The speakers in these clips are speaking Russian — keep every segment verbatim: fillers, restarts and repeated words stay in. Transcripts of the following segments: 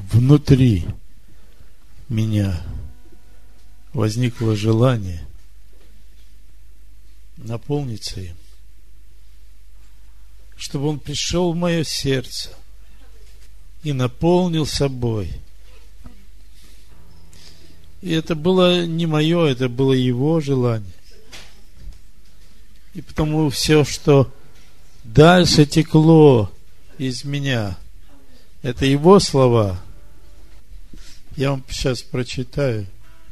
внутри меня возникло желание наполниться им, чтобы он пришел в мое сердце и наполнил собой. И это было не мое, это было его желание. И потому все, что дальше текло из меня, это его слова. Я вам сейчас прочитаю.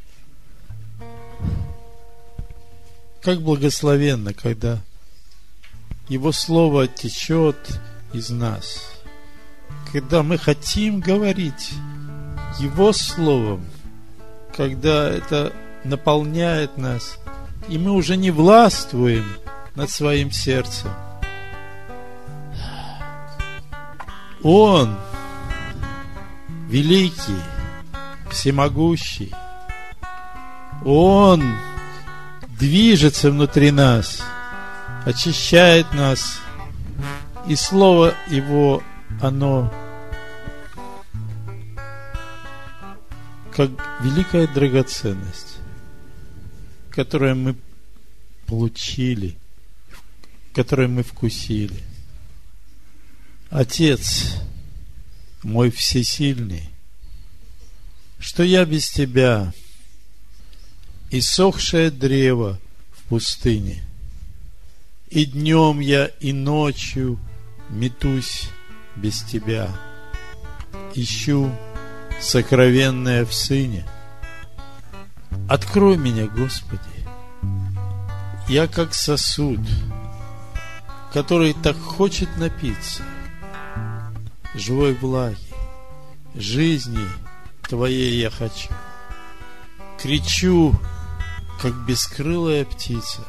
Как благословенно, когда его слово течет из нас. Когда мы хотим говорить его словом, когда это наполняет нас, и мы уже не властвуем над своим сердцем. Он великий, всемогущий. Он движется внутри нас, очищает нас, и слово его, оно как великая драгоценность, которую мы получили, которую мы вкусили. Отец мой всесильный, что я без тебя, иссохшее древо в пустыне, и днем я, и ночью метусь без тебя, ищу сокровенное в Сыне. Открой меня, Господи. Я как сосуд, который так хочет напиться живой влаги, жизни Твоей я хочу. Кричу, как бескрылая птица.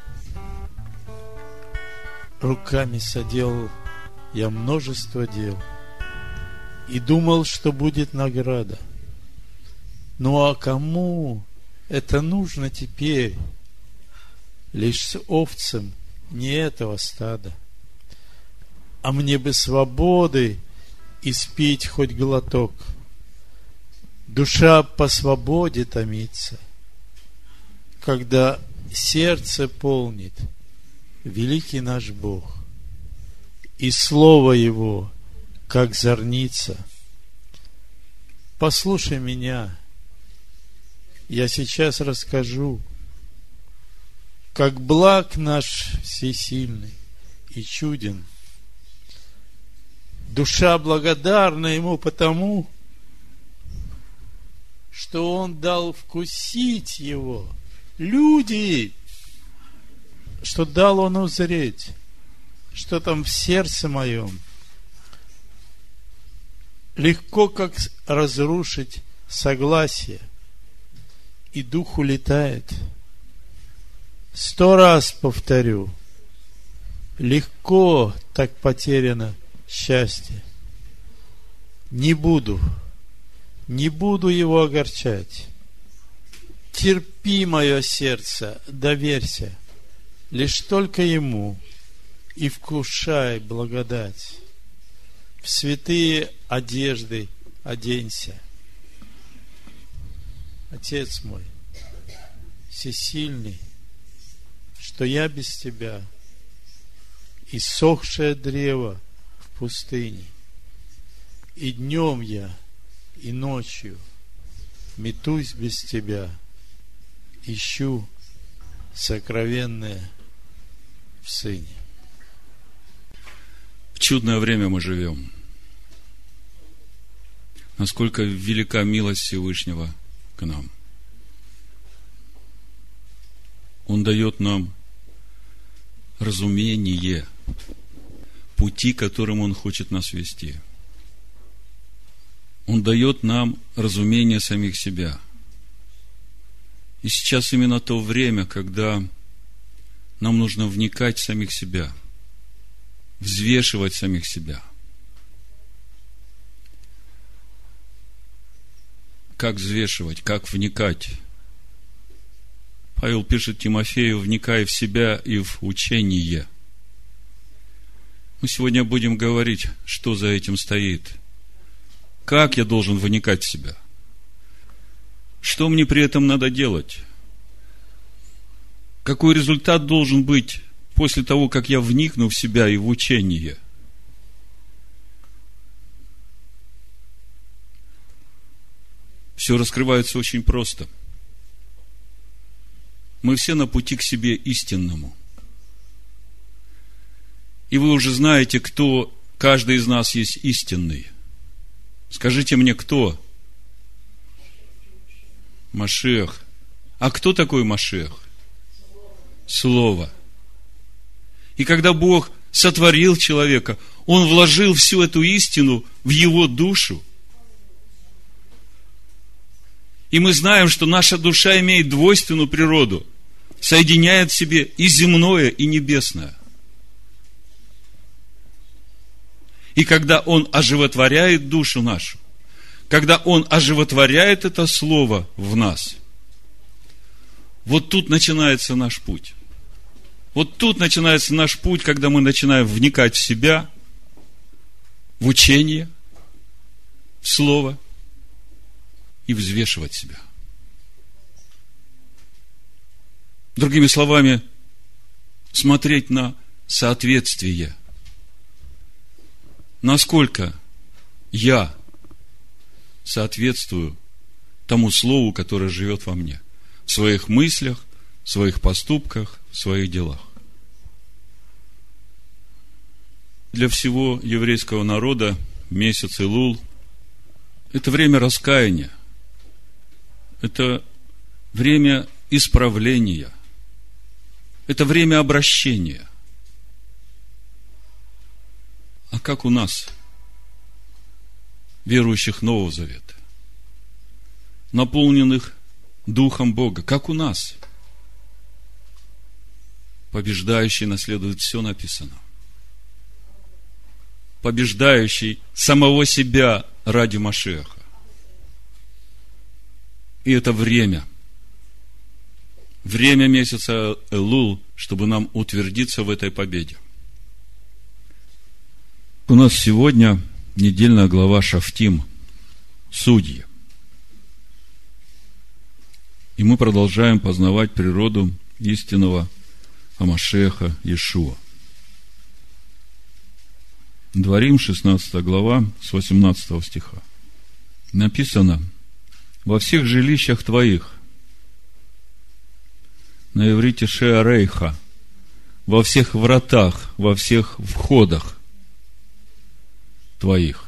Руками соделал я множество дел и думал, что будет награда. Ну а кому это нужно теперь? Лишь с овцем не этого стада. А мне бы свободы испить хоть глоток. Душа по свободе томится, когда сердце полнит великий наш Бог, и слово Его, как зорница. Послушай меня, я сейчас расскажу, как благ наш всесильный и чуден. Душа благодарна Ему потому, что Он дал вкусить Его. Люди, что дал Он узреть, что там в сердце моем. Легко, как разрушить согласие, и дух улетает. Сто раз повторю, легко так потеряно счастье. Не буду, не буду его огорчать. Терпи, мое сердце, доверься лишь только Ему и вкушай благодать. В святые одежды оденься. Отец мой, всесильный, что я без Тебя, иссохшее древо в пустыне, и днем я, и ночью метусь без Тебя, ищу сокровенное в Сыне. В чудное время мы живем. Насколько велика милость Всевышнего к нам. Он дает нам разумение пути, которым Он хочет нас вести. Он дает нам разумение самих себя. И сейчас именно то время, когда нам нужно вникать в самих себя, взвешивать самих себя. Как взвешивать, как вникать? Павел пишет Тимофею: вникай в себя и в учение. Мы сегодня будем говорить, что за этим стоит. как я должен вникать в себя? Что мне при этом надо делать? Какой результат должен быть после того, как я вникну в себя и в учение? Все раскрывается очень просто. Мы все на пути к себе истинному. И вы уже знаете, кто каждый из нас есть истинный. Скажите мне, кто? Машиах. А кто такой Машиах? Слово. И когда Бог сотворил человека, Он вложил всю эту истину в его душу. И мы знаем, что наша душа имеет двойственную природу, соединяет в себе и земное, и небесное. И когда Он оживотворяет душу нашу, когда Он оживотворяет это слово в нас, вот тут начинается наш путь. Вот тут начинается наш путь, когда мы начинаем вникать в себя, в учение, в слово и взвешивать себя. Другими словами, смотреть на соответствие. Насколько я соответствую тому слову, которое живет во мне, в своих мыслях, в своих поступках, в своих делах. Для всего еврейского народа месяц Илул – это время раскаяния, это время исправления, это время обращения. А как у нас, верующих Нового Завета, наполненных Духом Бога, как у нас? Побеждающий наследует все написано. Побеждающий самого себя ради Машиаха. И это время. Время месяца Элул, чтобы нам утвердиться в этой победе. У нас сегодня недельная глава Шафтим, Судьи. И мы продолжаем познавать природу истинного Амашеха Иешуа. Дворим, шестнадцатая глава, с восемнадцатого стиха. Написано: во всех жилищах твоих, на иврите Шеарейха, во всех вратах, во всех входах твоих,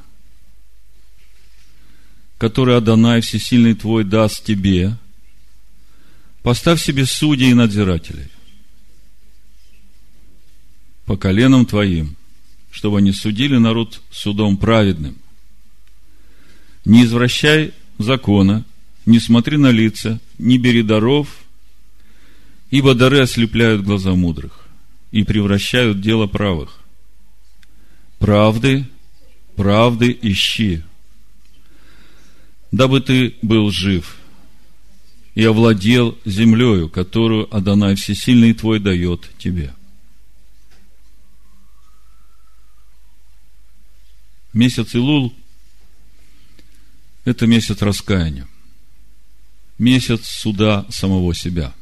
которые Адонай Всесильный твой даст тебе, поставь себе судей и надзирателей по коленам твоим, чтобы они судили народ судом праведным. Не извращай закона, не смотри на лица, не бери даров, ибо дары ослепляют глаза мудрых и превращают дело правых. Правды, правды ищи, дабы ты был жив и овладел землею, которую Адонай Всесильный твой дает тебе. Месяц Илул – это месяц раскаяния, месяц суда самого себя.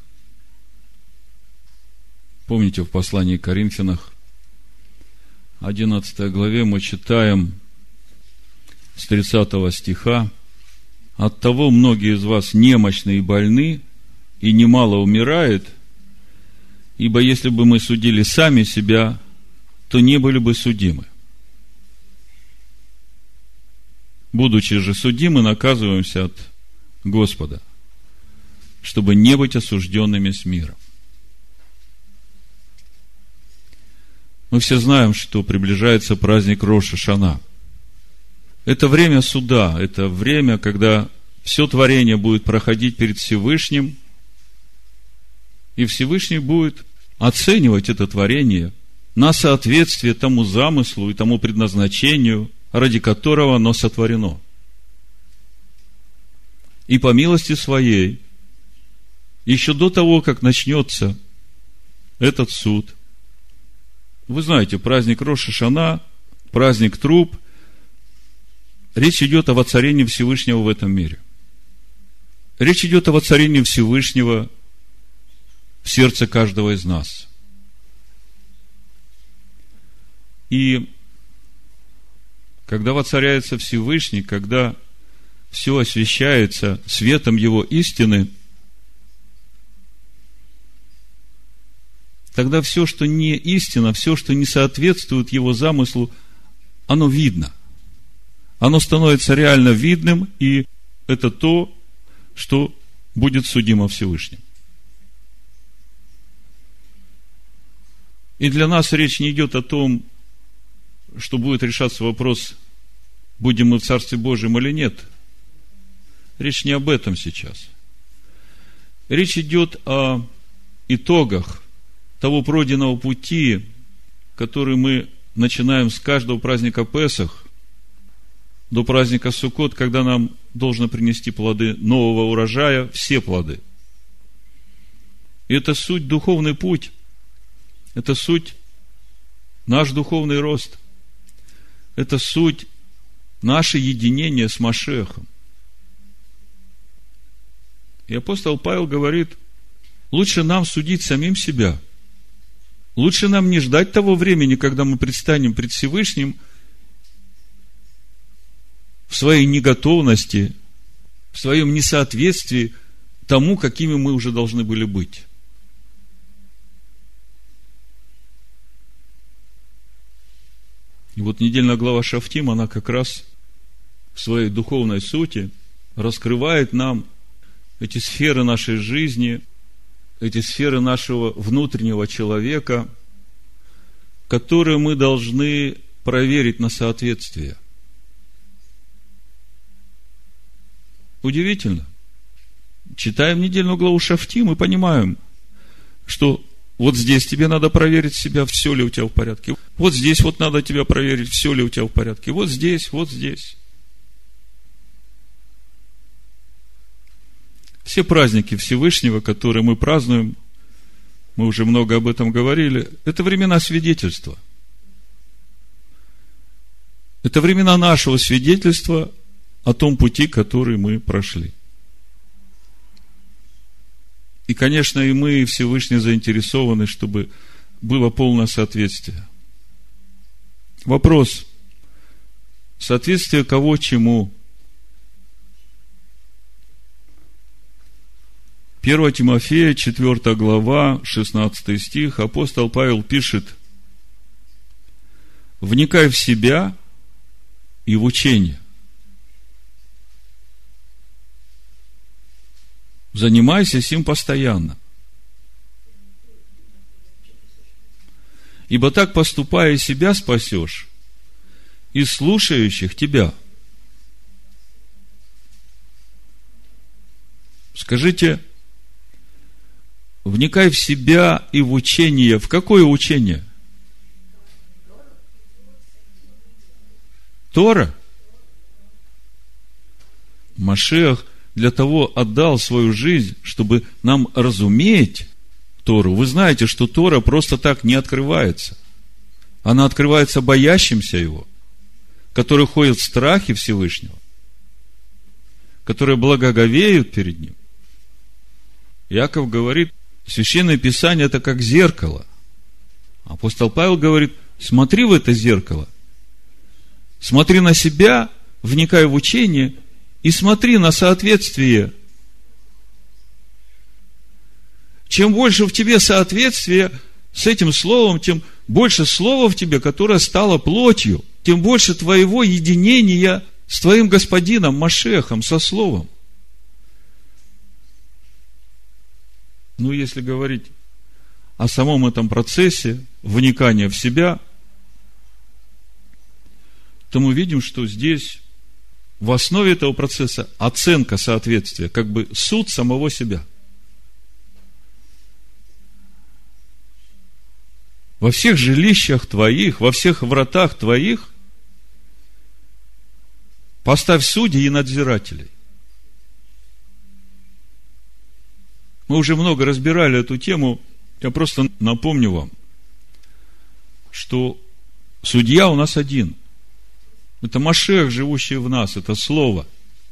Помните, в послании к Коринфянах, одиннадцатой главе, мы читаем с тридцатого стиха: «Оттого многие из вас немощны и больны, и немало умирает, ибо если бы мы судили сами себя, то не были бы судимы. Будучи же судимы, наказываемся от Господа, чтобы не быть осужденными с миром». Мы все знаем, что приближается праздник Рош ха-Шана. Это время суда, это время, когда все творение будет проходить перед Всевышним, и Всевышний будет оценивать это творение на соответствие тому замыслу и тому предназначению, ради которого оно сотворено. И по милости своей, еще до того, как начнется этот суд, вы знаете, праздник Рош ха-Шана, праздник труб, речь идет о воцарении Всевышнего в этом мире. Речь идет о воцарении Всевышнего в сердце каждого из нас. И когда воцаряется Всевышний, когда все освещается светом Его истины, тогда все, что не истина, все, что не соответствует Его замыслу, оно видно. Оно становится реально видным, и это то, что будет судимо Всевышним. И для нас речь не идет о том, что будет решаться вопрос, будем мы в Царстве Божьем или нет. Речь не об этом сейчас. Речь идет о итогах того пройденного пути, который мы начинаем с каждого праздника Песах до праздника Суккот, когда нам должно принести плоды нового урожая, все плоды. И это суть духовный путь. Это суть наш духовный рост. Это суть наше единение с Машиахом. И апостол Павел говорит, лучше нам судить самим себя. Лучше нам не ждать того времени, когда мы предстанем пред Всевышним в своей неготовности, в своем несоответствии тому, какими мы уже должны были быть. И вот недельная глава Шафтим, она как раз в своей духовной сути раскрывает нам эти сферы нашей жизни, эти сферы нашего внутреннего человека, которые мы должны проверить на соответствие. Удивительно. Читаем недельную главу Шафтим и понимаем, что вот здесь тебе надо проверить себя, все ли у тебя в порядке. Вот здесь вот надо тебя проверить, все ли у тебя в порядке. Вот здесь, вот здесь. Все праздники Всевышнего, которые мы празднуем, мы уже много об этом говорили, это времена свидетельства. Это времена нашего свидетельства о том пути, который мы прошли. И, конечно, и мы, и Всевышний заинтересованы, чтобы было полное соответствие. Вопрос. Соответствие кого чему? первое Тимофея, четвёртая глава, шестнадцатый стих, апостол Павел пишет: «Вникай в себя и в учение. Занимайся сим постоянно. Ибо так, поступая, себя спасешь, и слушающих тебя». Скажите, вникай в себя и в учение. В какое учение? Тора. Машиах для того отдал свою жизнь, чтобы нам разуметь Тору. Вы знаете, что Тора просто так не открывается. Она открывается боящимся Его, которые ходят в страхе Всевышнего, которые благоговеют перед Ним. Иаков говорит, Священное Писание это как зеркало. Апостол Павел говорит, смотри в это зеркало, смотри на себя, вникай в учение и смотри на соответствие. Чем больше в тебе соответствие с этим словом, тем больше слова в тебе, которое стало плотью, тем больше твоего единения с твоим Господином Машиахом, со словом. Ну, если говорить о самом этом процессе вникания в себя, то мы видим, что здесь в основе этого процесса оценка соответствия, как бы суд самого себя. Во всех жилищах твоих, во всех вратах твоих поставь судей и надзирателей. Мы уже много разбирали эту тему. Я просто напомню вам, что судья у нас один. Это Машиах, живущий в нас, это Слово.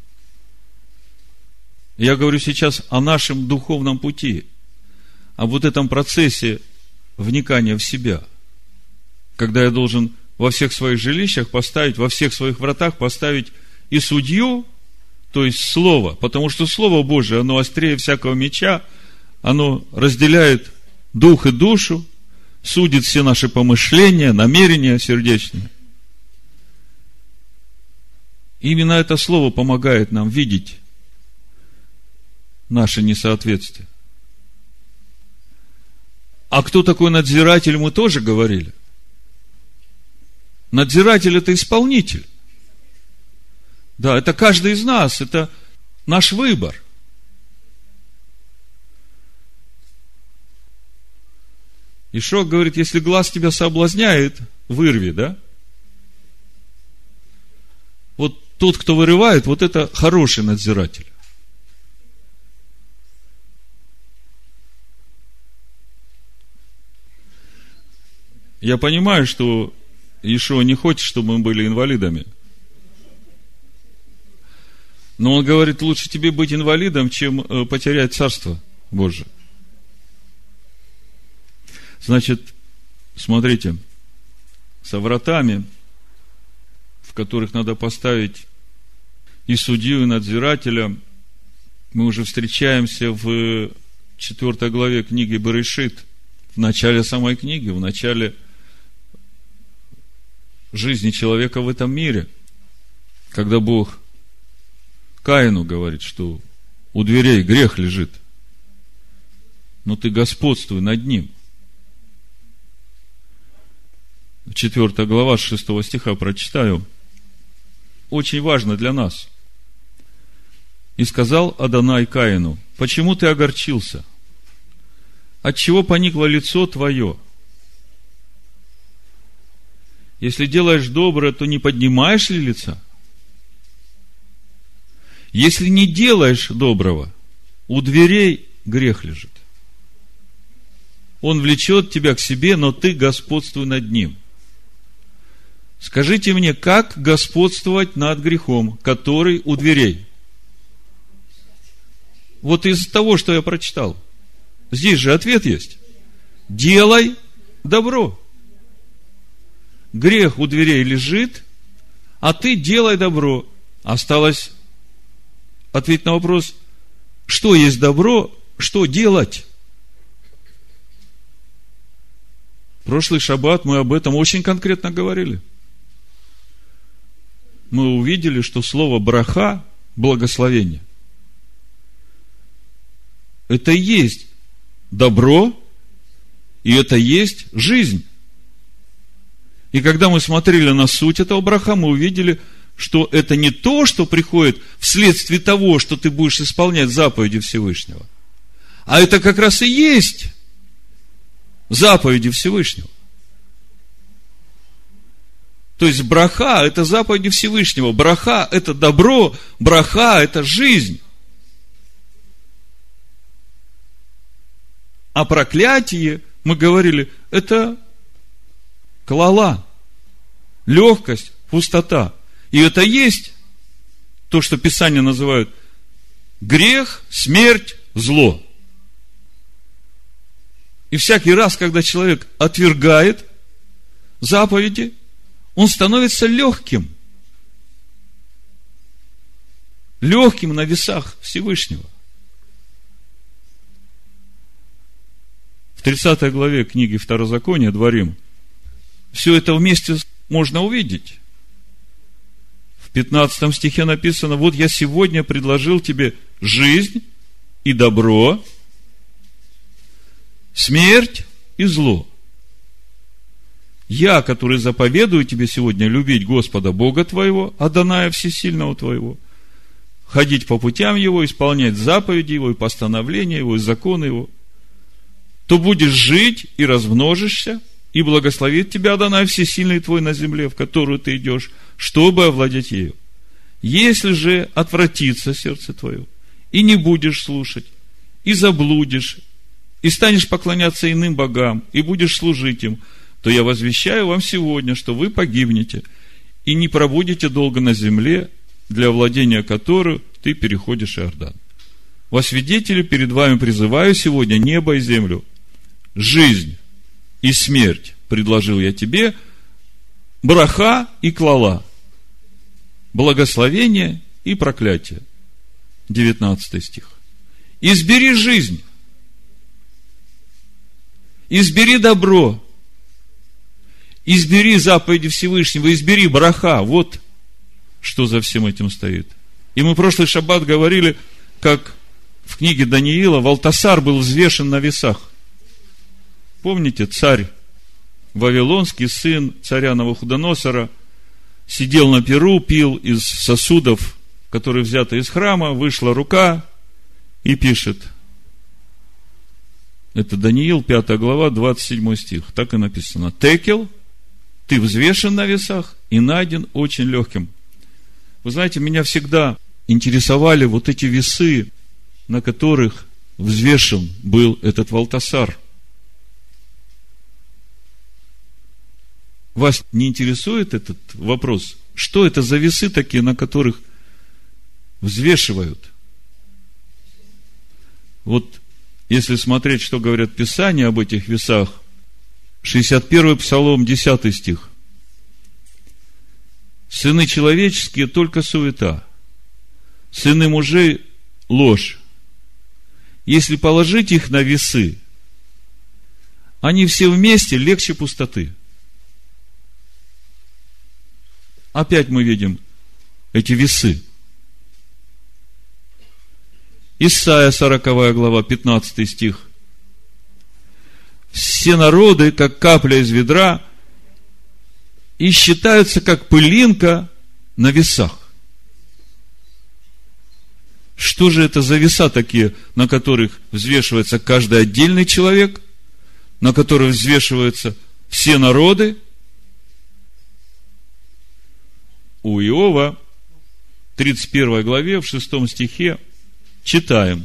Я говорю сейчас о нашем духовном пути, о вот этом процессе вникания в себя, когда я должен во всех своих жилищах поставить, во всех своих вратах поставить и судью, то есть Слово, потому что Слово Божие, оно острее всякого меча, оно разделяет дух и душу, судит все наши помышления, намерения сердечные. Именно это Слово помогает нам видеть наше несоответствие. А кто такой надзиратель, мы тоже говорили. Надзиратель – это исполнитель. Да, это каждый из нас, это наш выбор. Ишуа говорит, если глаз тебя соблазняет, вырви, да? Вот тот, кто вырывает, вот это хороший надзиратель. Я понимаю, что Ишуа не хочет, чтобы мы были инвалидами. Но он говорит, лучше тебе быть инвалидом, чем потерять Царство Божие. Значит, смотрите, со вратами, в которых надо поставить и судью, и надзирателя, мы уже встречаемся в четвёртой главе книги Берешит, в начале самой книги, в начале жизни человека в этом мире, когда Бог Каину говорит, что у дверей грех лежит, но ты господствуй над ним. Четвертая глава, с шестого стиха прочитаю. Очень важно для нас. И сказал Адонай Каину: почему ты огорчился? Отчего поникло лицо твое? Если делаешь доброе, то не поднимаешь ли лица? Если не делаешь доброго, у дверей грех лежит. Он влечет тебя к себе, но ты господствуй над ним. Скажите мне, как господствовать над грехом, который у дверей? Вот из того, что я прочитал. Здесь же ответ есть. Делай добро. Грех у дверей лежит, а ты делай добро. Осталось ответить на вопрос, что есть добро, что делать. В прошлый шаббат мы об этом очень конкретно говорили. Мы увидели, что слово браха, благословение, это и есть добро, и это есть жизнь. И когда мы смотрели на суть этого браха, мы увидели, что это не то, что приходит вследствие того, что ты будешь исполнять заповеди Всевышнего, а это как раз и есть заповеди Всевышнего. То есть браха – это заповеди Всевышнего, браха – это добро, браха – это жизнь. А проклятие, мы говорили, это клала, легкость, пустота. И это есть то, что Писание называют грех, смерть, зло. И всякий раз, когда человек отвергает заповеди, он становится легким. Легким на весах Всевышнего. В тридцатой главе книги Второзакония, Дворим, все это вместе можно увидеть. В пятнадцатом стихе написано: вот я сегодня предложил тебе жизнь и добро, смерть и зло. Я, который заповедую тебе сегодня любить Господа Бога твоего, Адоная Всесильного твоего, ходить по путям Его, исполнять заповеди Его, и постановления Его, и законы Его, то будешь жить и размножишься, и благословит тебя Адонай Всесильный твой на земле, в которую ты идешь, чтобы овладеть ею. Если же отвратится сердце твое, и не будешь слушать, и заблудишь, и станешь поклоняться иным богам, и будешь служить им, то я возвещаю вам сегодня, что вы погибнете, и не пробудете долго на земле, для владения которой ты переходишь Иордан. Во свидетели перед вами призываю сегодня небо и землю. Жизнь и смерть предложил я тебе, браха и клала, благословение и проклятие. девятнадцатый стих. Избери жизнь, избери добро, избери заповеди Всевышнего, избери браха. Вот что за всем этим стоит. И мы в прошлый шаббат говорили, как в книге Даниила Валтасар был взвешен на весах. Помните, царь Вавилонский, сын царя Навуходоносора, сидел на пиру, пил из сосудов, которые взяты из храма, вышла рука и пишет. Это Даниил, пятая глава, двадцать седьмой стих. Так и написано. Текел, ты взвешен на весах и найден очень легким. Вы знаете, меня всегда интересовали вот эти весы, на которых взвешен был этот Валтасар. Вас не интересует этот вопрос? Что это за весы такие, на которых взвешивают? Вот если смотреть, что говорят Писания об этих весах, шестьдесят первый Псалом, десятый стих. Сыны человеческие только суета, сыны мужей ложь. Если положить их на весы, они все вместе легче пустоты. Опять мы видим эти весы. Исайя, сороковая глава, пятнадцатый стих. Все народы, как капля из ведра, и считаются, как пылинка на весах. Что же это за веса такие, на которых взвешивается каждый отдельный человек, на которых взвешиваются все народы? У Иова, тридцать первой главе, в шестом стихе, читаем.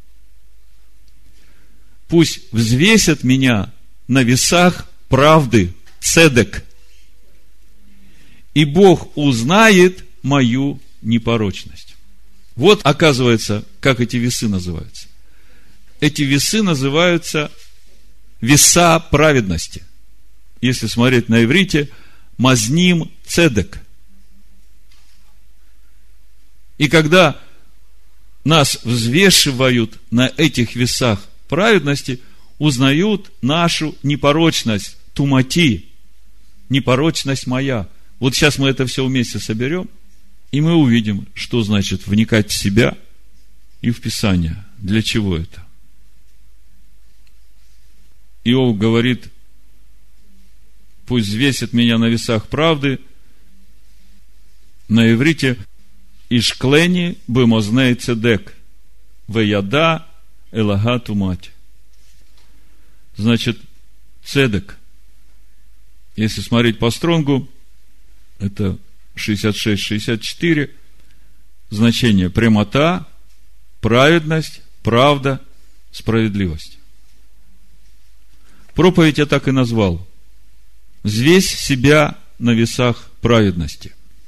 Пусть взвесят меня на весах правды, цедек, и Бог узнает мою непорочность. Вот, оказывается, как эти весы называются. Эти весы называются веса праведности. Если смотреть на иврите, мазним цедек. И когда нас взвешивают на этих весах праведности, узнают нашу непорочность, тумати, непорочность моя. Вот сейчас мы это все вместе соберем, и мы увидим, что значит вникать в себя и в Писание. Для чего это? Иов говорит, пусть взвесит меня на весах правды, на иврите Ишклени бемозней цедек, веяда элага тумать. Значит, цедек, если смотреть по стронгу, это шестьдесят шесть шестьдесят четыре, значение прямота, праведность, правда, справедливость. Проповедь я так и назвал. Взвесь себя на весах праведности.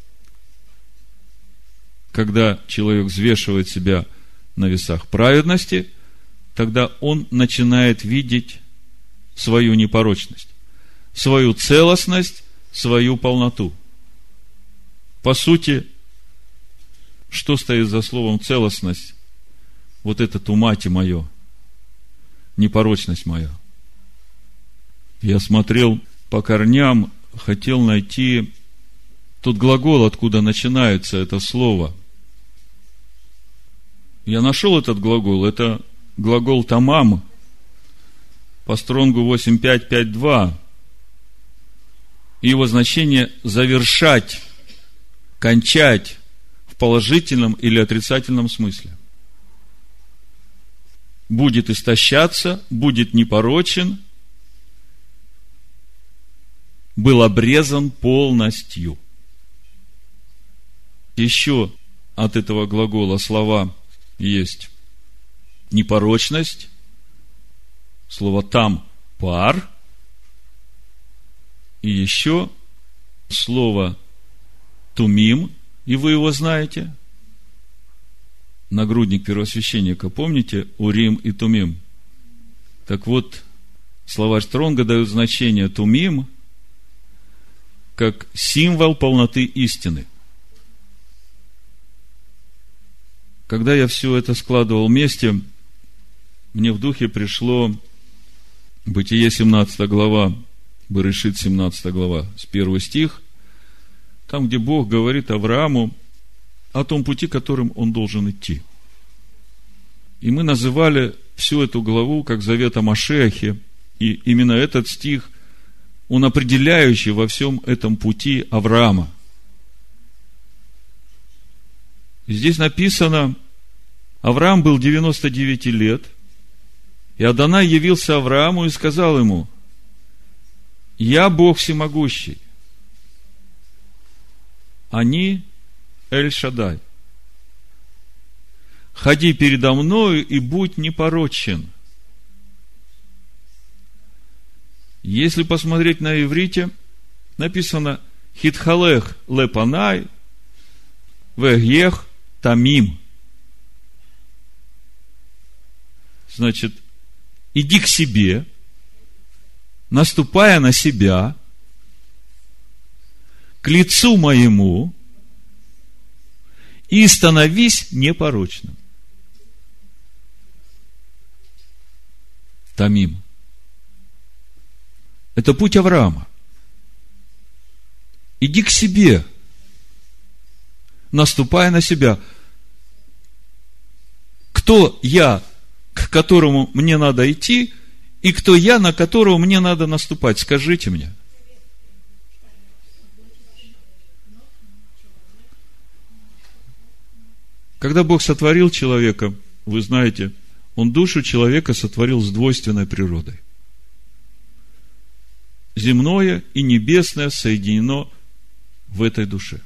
Когда человек взвешивает себя на весах праведности, тогда он начинает видеть свою непорочность, свою целостность, свою полноту. По сути, что стоит за словом целостность? Вот это тумати мое, непорочность моя. Я смотрел по корням, хотел найти тот глагол, откуда начинается это слово. Я нашел этот глагол, это глагол тамам, по стронгу восемь пять пять два. И его значение завершать, кончать в положительном или отрицательном смысле. Будет истощаться, будет непорочен, был обрезан полностью. Еще от этого глагола слова есть непорочность, слово там пар, и еще слово Тумим, и вы его знаете. Нагрудник первосвященника, помните? Урим и Тумим. Так вот, словарь Стронга дает значение Тумим как символ полноты истины. Когда я все это складывал вместе, мне в духе пришло Бытие семнадцатая глава, Берешит семнадцатая глава, с первого стих, там, где Бог говорит Аврааму о том пути, которым он должен идти. И мы называли всю эту главу как завет о Машиахе, и именно этот стих, он определяющий во всем этом пути Авраама. И здесь написано, Авраам был девяносто девять лет, и Адонай явился Аврааму и сказал ему: «Я Бог всемогущий, они Эль-Шадай. Ходи передо мною и будь непорочен». Если посмотреть на иврите, написано «Хитхалех лепанай вегех тамим». Значит, иди к себе, наступая на себя, к лицу моему, и становись непорочным. Тамим. Это путь Авраама. Иди к себе, наступая на себя. Кто я, к которому мне надо идти, и кто я, на которого мне надо наступать? Скажите мне. Когда Бог сотворил человека, вы знаете, Он душу человека сотворил с двойственной природой. Земное и небесное соединено в этой душе.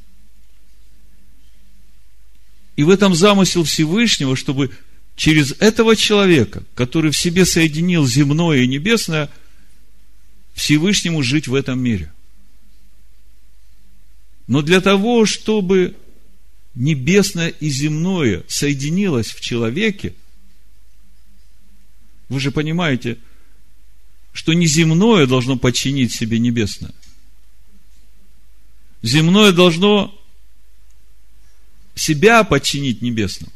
И в этом замысел Всевышнего, чтобы через этого человека, который в себе соединил земное и небесное, Всевышнему жить в этом мире. Но для того, чтобы небесное и земное соединилось в человеке, вы же понимаете, что не земное должно подчинить себе небесное. Земное должно себя подчинить небесному.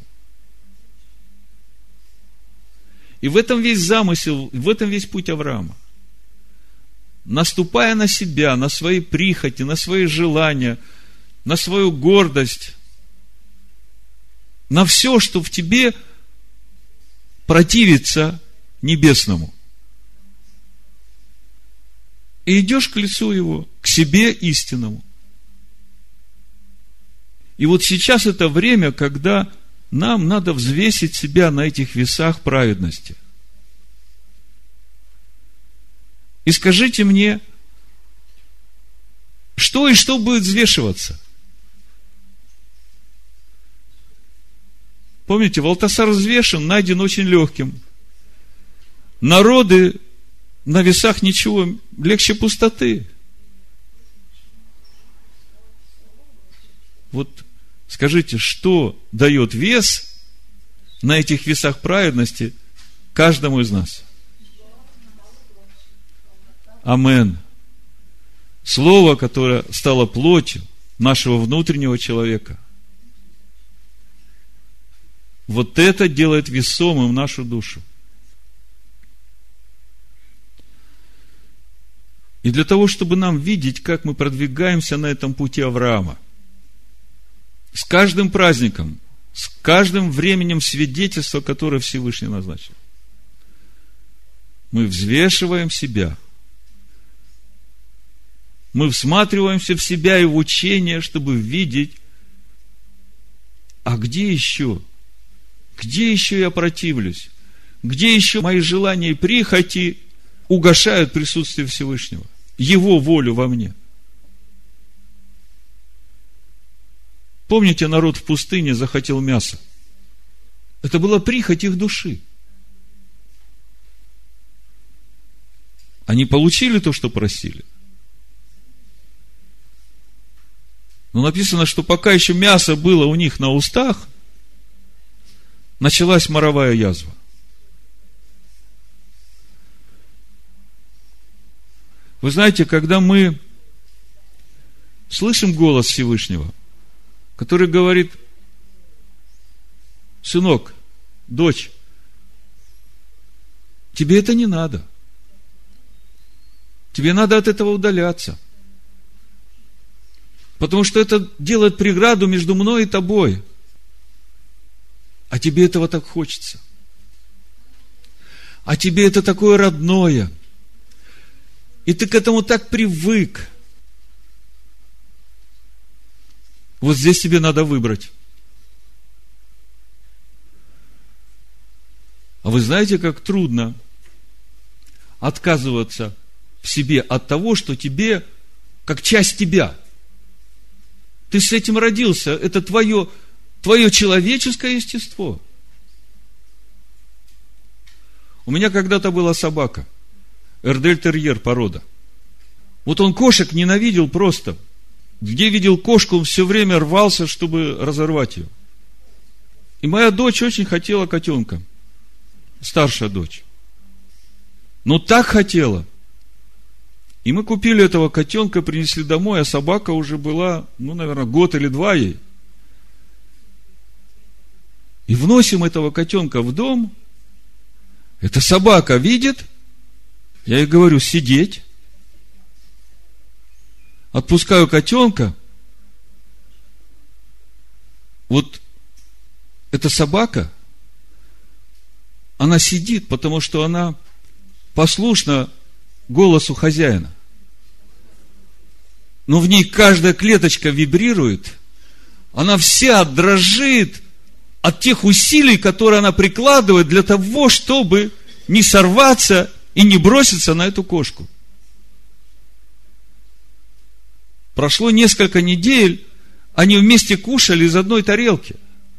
И в этом весь замысел, в этом весь путь Авраама. Наступая на себя, на свои прихоти, на свои желания, на свою гордость, на все, что в тебе противится небесному. И идешь к лицу его, к себе истинному. И вот сейчас это время, когда нам надо взвесить себя на этих весах праведности. И скажите мне, что и что будет взвешиваться? Помните, Валтасар взвешен, найден очень легким. Народы на весах ничего, легче пустоты. Вот скажите, что дает вес на этих весах праведности каждому из нас? Амен. Слово, которое стало плотью нашего внутреннего человека. Вот это делает весомым нашу душу. И для того, чтобы нам видеть, как мы продвигаемся на этом пути Авраама, с каждым праздником, с каждым временем свидетельства, которое Всевышний назначил, мы взвешиваем себя. Мы всматриваемся в себя и в учение, чтобы видеть, а где еще? Где еще я противлюсь? Где еще мои желания и прихоти угошают присутствие Всевышнего? Его волю во мне. Помните, народ в пустыне захотел мяса? Это была прихоть их души. Они получили то, что просили. Но написано, что пока еще мясо было у них на устах, началась моровая язва. Вы знаете, когда мы слышим голос Всевышнего, который говорит: сынок, дочь, тебе это не надо. Тебе надо от этого удаляться. Потому что это делает преграду между мной и тобой. А тебе этого так хочется. А тебе это такое родное. И ты к этому так привык. Вот здесь тебе надо выбрать. А вы знаете, как трудно отказываться в себе от того, что тебе, как часть тебя. Ты с этим родился. Это твое, твое человеческое естество. У меня когда-то была собака. Эрдель-терьер порода. Вот он кошек ненавидел просто. Где видел кошку, он все время рвался, чтобы разорвать ее. И моя дочь очень хотела котенка. Старшая дочь. Но так хотела. И мы купили этого котенка, принесли домой, а собака уже была, ну, наверное, год или два ей. И вносим этого котенка в дом. Эта собака видит. Я ей говорю: сидеть. Отпускаю котенка. Вот эта собака, она сидит, потому что она послушна голосу хозяина. Но в ней каждая клеточка вибрирует. Она вся дрожит от тех усилий, которые она прикладывает для того, чтобы не сорваться и не броситься на эту кошку. Прошло несколько недель, они вместе кушали из одной тарелки.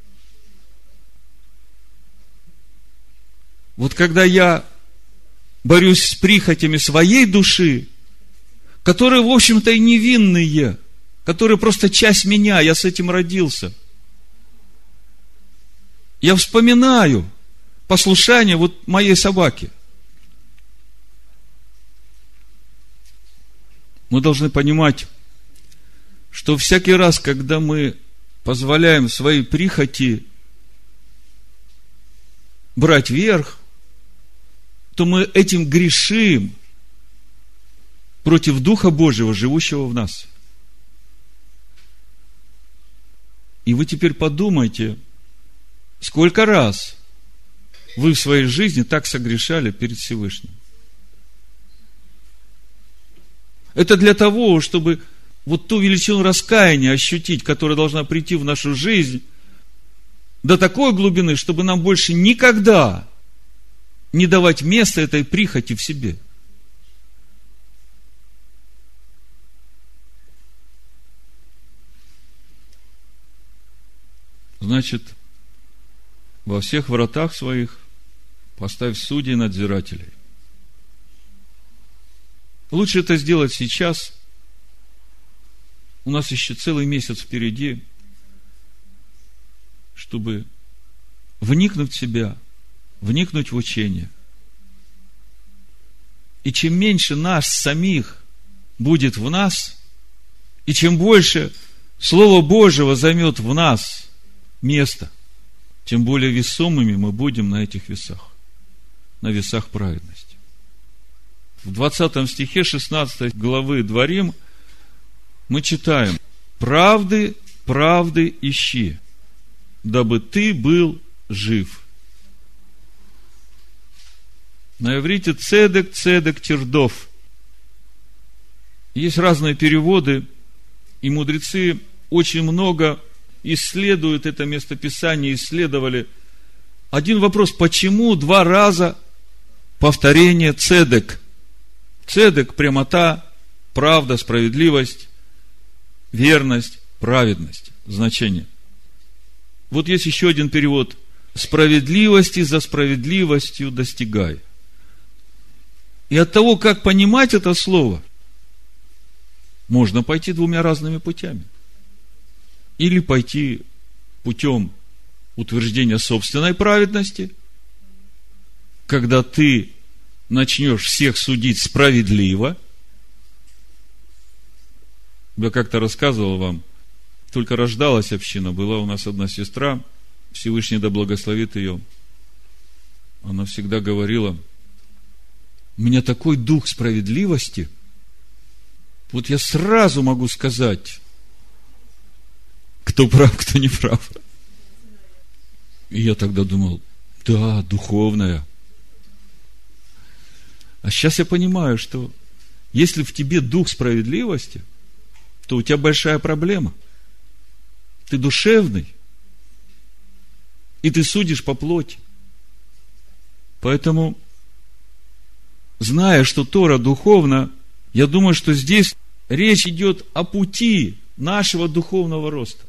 Вот когда я борюсь с прихотями своей души, которые, в общем-то, и невинные, которые просто часть меня, я с этим родился, я вспоминаю послушание вот моей собаки. Мы должны понимать, что всякий раз, когда мы позволяем своей прихоти брать верх, то мы этим грешим против Духа Божьего, живущего в нас. И вы теперь подумайте, сколько раз вы в своей жизни так согрешали перед Всевышним. Это для того, чтобы вот ту величину раскаяния ощутить, которая должна прийти в нашу жизнь до такой глубины, чтобы нам больше никогда не давать места этой прихоти в себе. Значит, во всех вратах своих поставь судей и надзирателей. Лучше это сделать сейчас. У нас еще целый месяц впереди, чтобы вникнуть в себя, вникнуть в учение. И чем меньше нас самих будет в нас, и чем больше Слово Божьего займет в нас место, тем более весомыми мы будем на этих весах, на весах праведности. В двадцатом стихе шестнадцатой главы Дворим мы читаем: «Правды, правды ищи, дабы ты был жив». На иврите цедек, цедек, тердов. Есть разные переводы, и мудрецы очень много исследуют это местописание, исследовали. Один вопрос: почему два раза повторение цедек? Цедек – прямота, правда, справедливость, верность, праведность. Значение. Вот есть еще один перевод: справедливости за справедливостью достигай. И от того, как понимать это слово, можно пойти двумя разными путями. или пойти путем утверждения собственной праведности, когда ты начнешь всех судить справедливо. Я как-то рассказывал вам, только рождалась община, была у нас одна сестра, Всевышний да благословит ее. Она всегда говорила: у меня такой дух справедливости, вот я сразу могу сказать, кто прав, кто не прав. И я тогда думал: да, духовная. А сейчас я понимаю, что если в тебе дух справедливости, то у тебя большая проблема. Ты душевный, и ты судишь по плоти. Поэтому, зная, что Тора духовна, я думаю, что здесь речь идет о пути нашего духовного роста.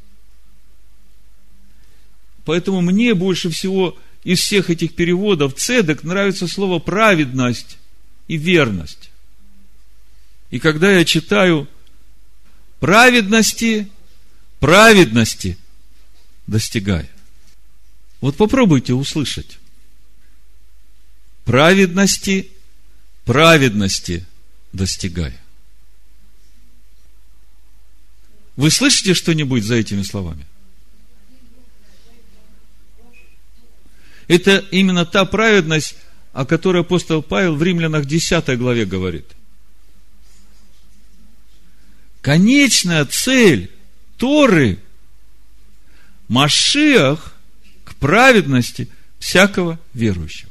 Поэтому мне больше всего из всех этих переводов цедек нравится слово праведность и верность. И когда я читаю праведности, праведности достигая. Вот попробуйте услышать. Праведности, праведности достигая. Вы слышите что-нибудь за этими словами? Это именно та праведность, о которой апостол Павел в Римлянах десятой главе говорит. Конечная цель Торы – Машиах к праведности всякого верующего.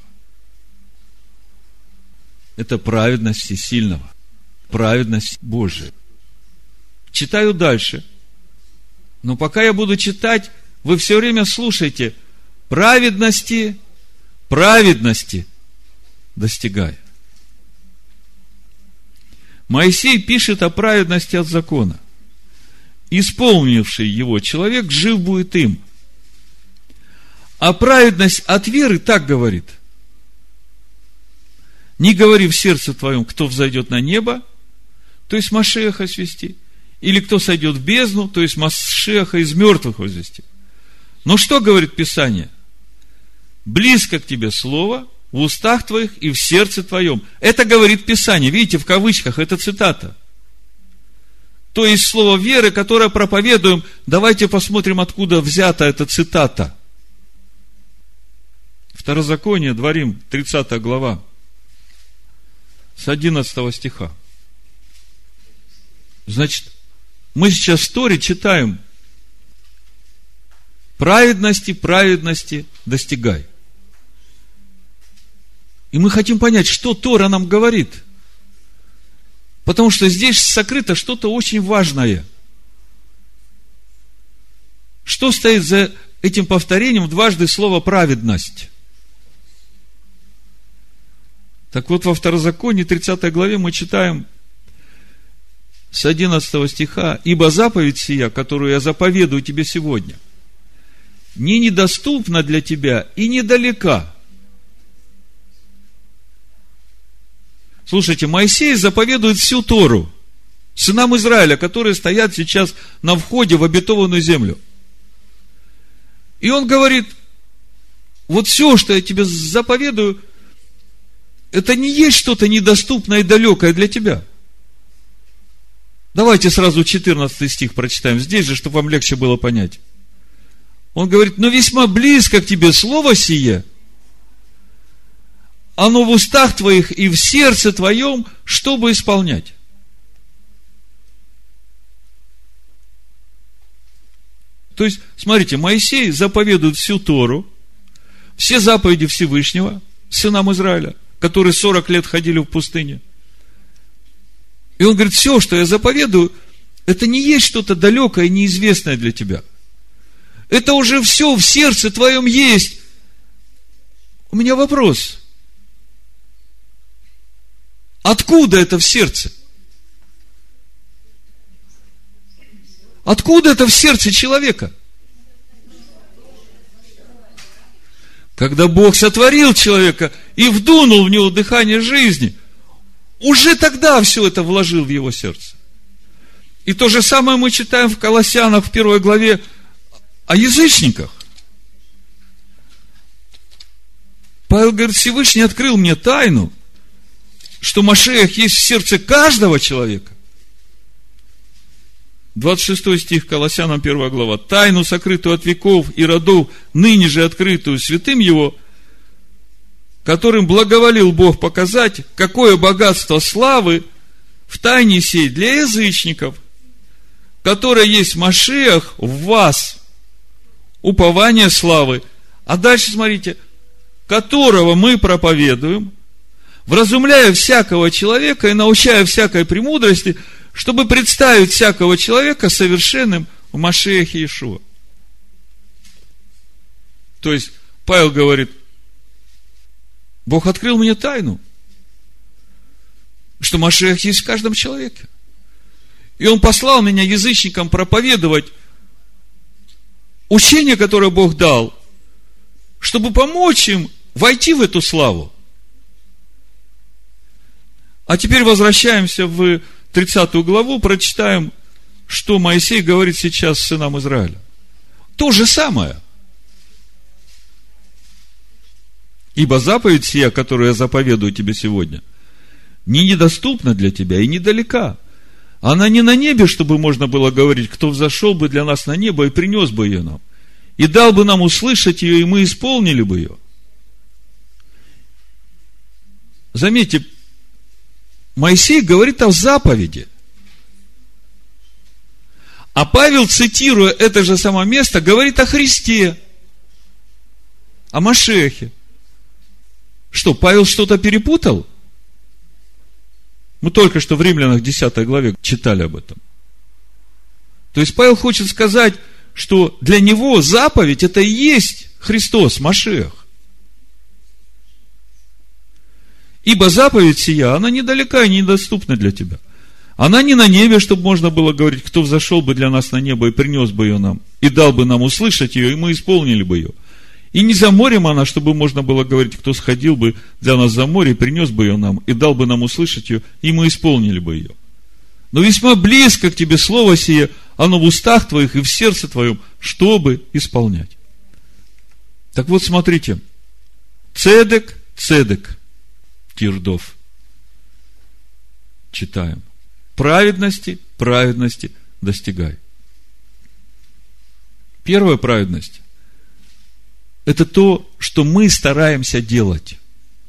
Это праведность всесильного, праведность Божия. Читаю дальше. Но пока я буду читать, вы все время слушайте: праведности, праведности достигая. Моисей пишет о праведности от закона. Исполнивший его человек жив будет им. А праведность от веры так говорит: не говори в сердце твоем, кто взойдет на небо, то есть Машиаха свести, или кто сойдет в бездну, то есть Машиаха из мертвых возвести. Но что говорит Писание? Близко к тебе слово в устах твоих и в сердце твоем. Это говорит Писание. Видите, в кавычках, это цитата. То есть слово веры, которое проповедуем. Давайте посмотрим, откуда взята эта цитата. Второзаконие, Дворим, тридцатая глава, с одиннадцатого стиха. Значит, мы сейчас в Торе читаем: праведности, праведности достигай. И мы хотим понять, что Тора нам говорит. Потому что здесь сокрыто что-то очень важное. Что стоит за этим повторением дважды слова праведность? Так вот, во Второзаконии, тридцатой главе, мы читаем с одиннадцатого стиха: «Ибо заповедь сия, которую я заповедую тебе сегодня, не недоступна для тебя и недалека». Слушайте, Моисей заповедует всю Тору сынам Израиля, которые стоят сейчас на входе в обетованную землю. И он говорит: вот все, что я тебе заповедую, это не есть что-то недоступное и далекое для тебя. Давайте сразу четырнадцатый стих прочитаем здесь же, чтобы вам легче было понять. Он говорит: но весьма близко к тебе слово сие, оно в устах твоих и в сердце твоем, чтобы исполнять. То есть, смотрите, Моисей заповедует всю Тору, все заповеди Всевышнего сынам Израиля, которые сорок лет ходили в пустыне. И он говорит: все, что я заповедую, это не есть что-то далекое и неизвестное для тебя. Это уже все в сердце твоем есть. У меня вопрос: откуда это в сердце? Откуда это в сердце человека? Когда Бог сотворил человека и вдунул в него дыхание жизни, уже тогда все это вложил в его сердце. И то же самое мы читаем в Колоссянах в первой главе о язычниках. Павел говорит, Всевышний открыл мне тайну, что Машиах есть в сердце каждого человека. двадцать шестой стих, Колоссянам первая глава. Тайну, сокрытую от веков и родов, ныне же открытую святым его, которым благоволил Бог показать, какое богатство славы в тайне сей для язычников, которое есть Машиах в вас, упование славы. А дальше смотрите, которого мы проповедуем, вразумляя всякого человека и научая всякой премудрости, чтобы представить всякого человека совершенным в Машиахе Иешуа. То есть, Павел говорит, Бог открыл мне тайну, что Машиах есть в каждом человеке. И Он послал меня язычникам проповедовать учение, которое Бог дал, чтобы помочь им войти в эту славу. А теперь возвращаемся в тридцатую главу, прочитаем, что Моисей говорит сейчас сынам Израиля. То же самое. Ибо заповедь сия, которую я заповедую тебе сегодня, не недоступна для тебя и недалека. Она не на небе, чтобы можно было говорить, кто взошел бы для нас на небо и принес бы ее нам, и дал бы нам услышать ее, и мы исполнили бы ее. Заметьте, Моисей говорит о заповеди. А Павел, цитируя это же самое место, говорит о Христе, о Машиахе. Что, Павел что-то перепутал? Мы только что в Римлянах десятой главе читали об этом. То есть Павел хочет сказать, что для него заповедь это и есть Христос, Машиах. Ибо заповедь сия, она недалека и недоступна для тебя. Она не на небе, чтобы можно было говорить, кто взошел бы для нас на небо и принес бы ее нам, и дал бы нам услышать ее, и мы исполнили бы ее. И не за морем она, чтобы можно было говорить, кто сходил бы для нас за море, и принес бы ее нам, и дал бы нам услышать ее, и мы исполнили бы ее. Но весьма близко к тебе слово сие, оно в устах твоих и в сердце твоем, чтобы исполнять. Так вот, смотрите. Цедек, цедек, тирдов. Читаем. Праведности, праведности достигай. Первая праведность – это то, что мы стараемся делать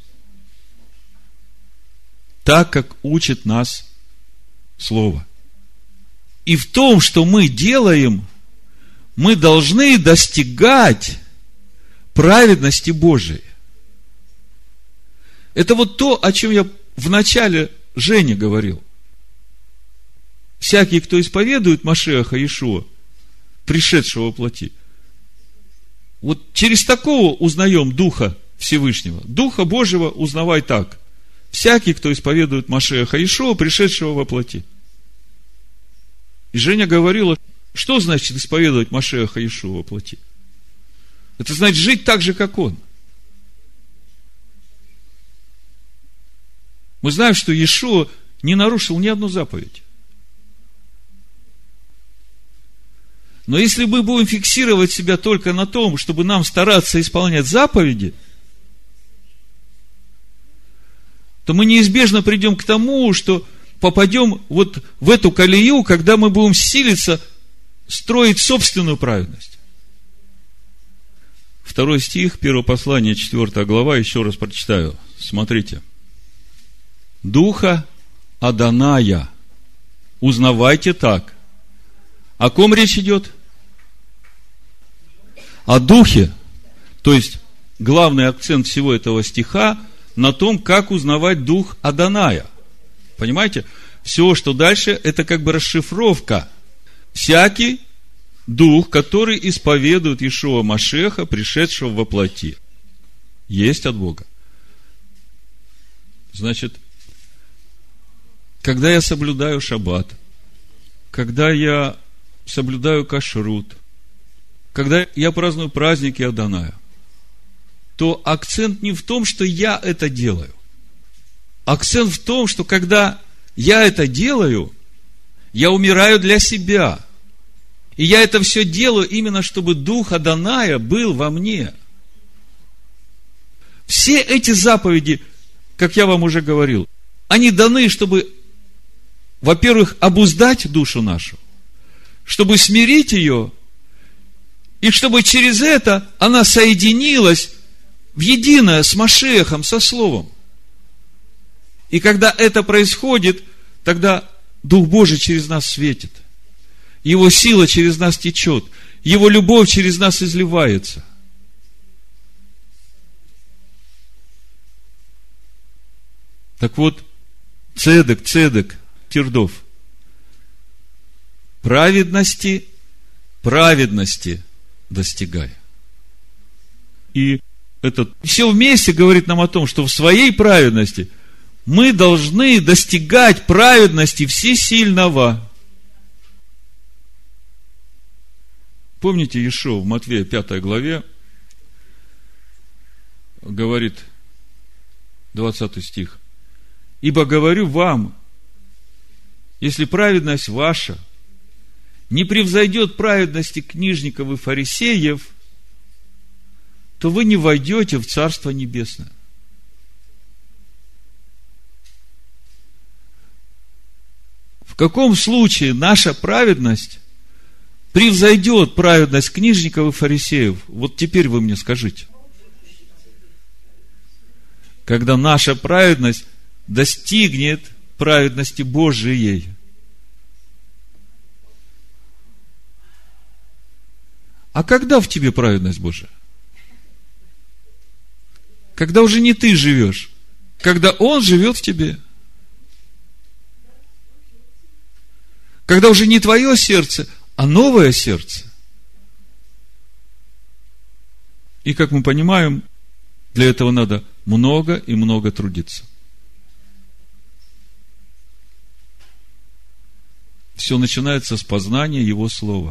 так, как учит нас Слово. И в том, что мы делаем, мы должны достигать праведности Божией. Это вот то, о чем я в начале Жене говорил. Всякий, кто исповедует Машиаха Иешуа, пришедшего во плоти, вот через такого узнаем Духа Всевышнего. Духа Божьего узнавай так. Всякий, кто исповедует Машиаха Иешуа, пришедшего во плоти. И Женя говорила, что значит исповедовать Машиаха Иешуа во плоти? Это значит жить так же, как Он. Мы знаем, что Иешуа не нарушил ни одну заповедь. Но если мы будем фиксировать себя только на том, чтобы нам стараться исполнять заповеди, то мы неизбежно придем к тому, что попадем вот в эту колею, когда мы будем силиться строить собственную праведность. Второй стих, первое послание, четвертая глава, еще раз прочитаю. Смотрите. Духа Аданая узнавайте так. О ком речь идет? О Духе. То есть, главный акцент всего этого стиха на том, как узнавать Дух Аданая. Понимаете? Все, что дальше, это как бы расшифровка. Всякий Дух, который исповедует Иешуа Машиаха, пришедшего во плоти, есть от Бога. Значит, когда я соблюдаю шаббат, когда я соблюдаю кашрут, когда я праздную праздники Аданая, то акцент не в том, что я это делаю. Акцент в том, что когда я это делаю, Я умираю для себя. И я это все делаю именно, чтобы Дух Адоная был во мне. Все эти заповеди, как я вам уже говорил, они даны, чтобы, во-первых, обуздать душу нашу, чтобы смирить ее, и чтобы через это она соединилась в единое с Машиахом, со Словом. И когда это происходит, тогда Дух Божий через нас светит. Его сила через нас течет. Его любовь через нас изливается. Так вот, цедек, цедек, тирдов. Праведности, праведности достигай. И это все вместе говорит нам о том, что в своей праведности мы должны достигать праведности всесильного. Помните, Иешуа в Матфея пятой главе говорит, двадцатый стих: «Ибо говорю вам, если праведность ваша не превзойдет праведности книжников и фарисеев, то вы не войдете в Царство Небесное». В каком случае наша праведность превзойдет праведность книжников и фарисеев? Вот теперь вы мне скажите. Когда наша праведность достигнет праведности Божией. А когда в тебе праведность Божия? Когда уже не ты живешь, когда Он живет в тебе. Когда уже не твое сердце, а новое сердце. И, как мы понимаем, для этого надо много и много трудиться. Все начинается с познания Его Слова.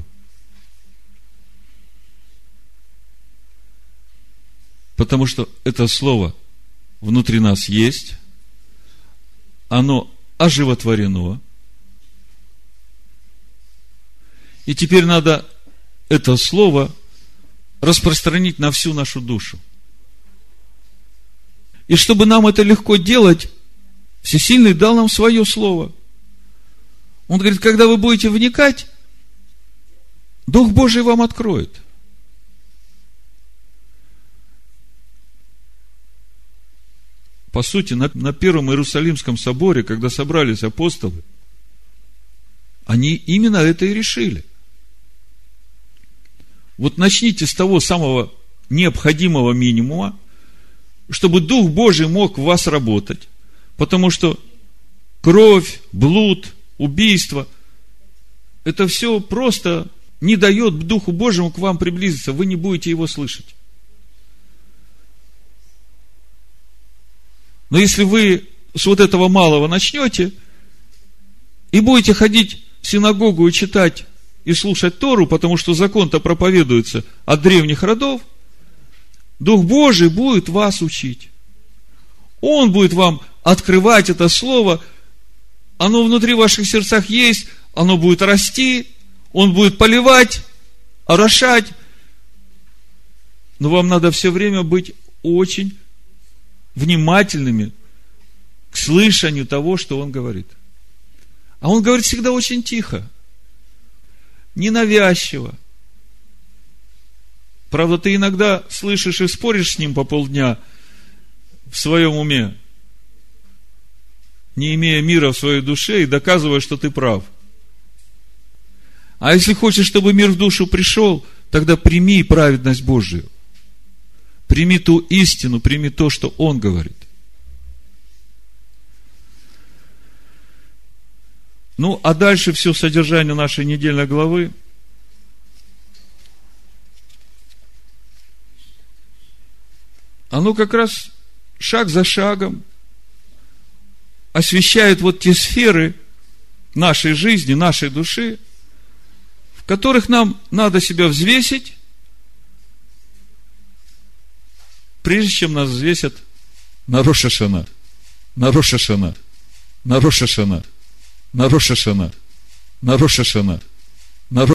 Потому что это Слово внутри нас есть, оно оживотворено. И теперь надо это Слово распространить на всю нашу душу. И чтобы нам это легко делать, Всесильный дал нам свое Слово. Он говорит, когда вы будете вникать, Дух Божий вам откроет. По сути, на, на Первом Иерусалимском соборе, когда собрались апостолы, они именно это и решили. Вот начните с того самого необходимого минимума, чтобы Дух Божий мог в вас работать, потому что кровь, блуд, убийство, это все просто не дает Духу Божьему к вам приблизиться, вы не будете его слышать. Но если вы с вот этого малого начнете и будете ходить в синагогу и читать и слушать Тору, потому что закон-то проповедуется от древних родов, Дух Божий будет вас учить. Он будет вам открывать это слово, оно внутри ваших сердцах есть, оно будет расти, Он будет поливать, орошать. Но вам надо все время быть очень внимательными к слышанию того, что Он говорит. А Он говорит всегда очень тихо, ненавязчиво. Правда, ты иногда слышишь и споришь с Ним по полдня в своем уме, не имея мира в своей душе и доказывая, что ты прав. А если хочешь, чтобы мир в душу пришел, тогда прими праведность Божию. Прими ту истину, прими то, что Он говорит. Ну, а дальше все содержание нашей недельной главы. Оно как раз шаг за шагом освещает вот те сферы нашей жизни, нашей души, в которых нам надо себя взвесить, прежде чем нас взвесят на Рош ха-Шана, на Рош ха-Шана, на Рош ха-Шана, на Рош ха-Шана. на Рош ха-Шана.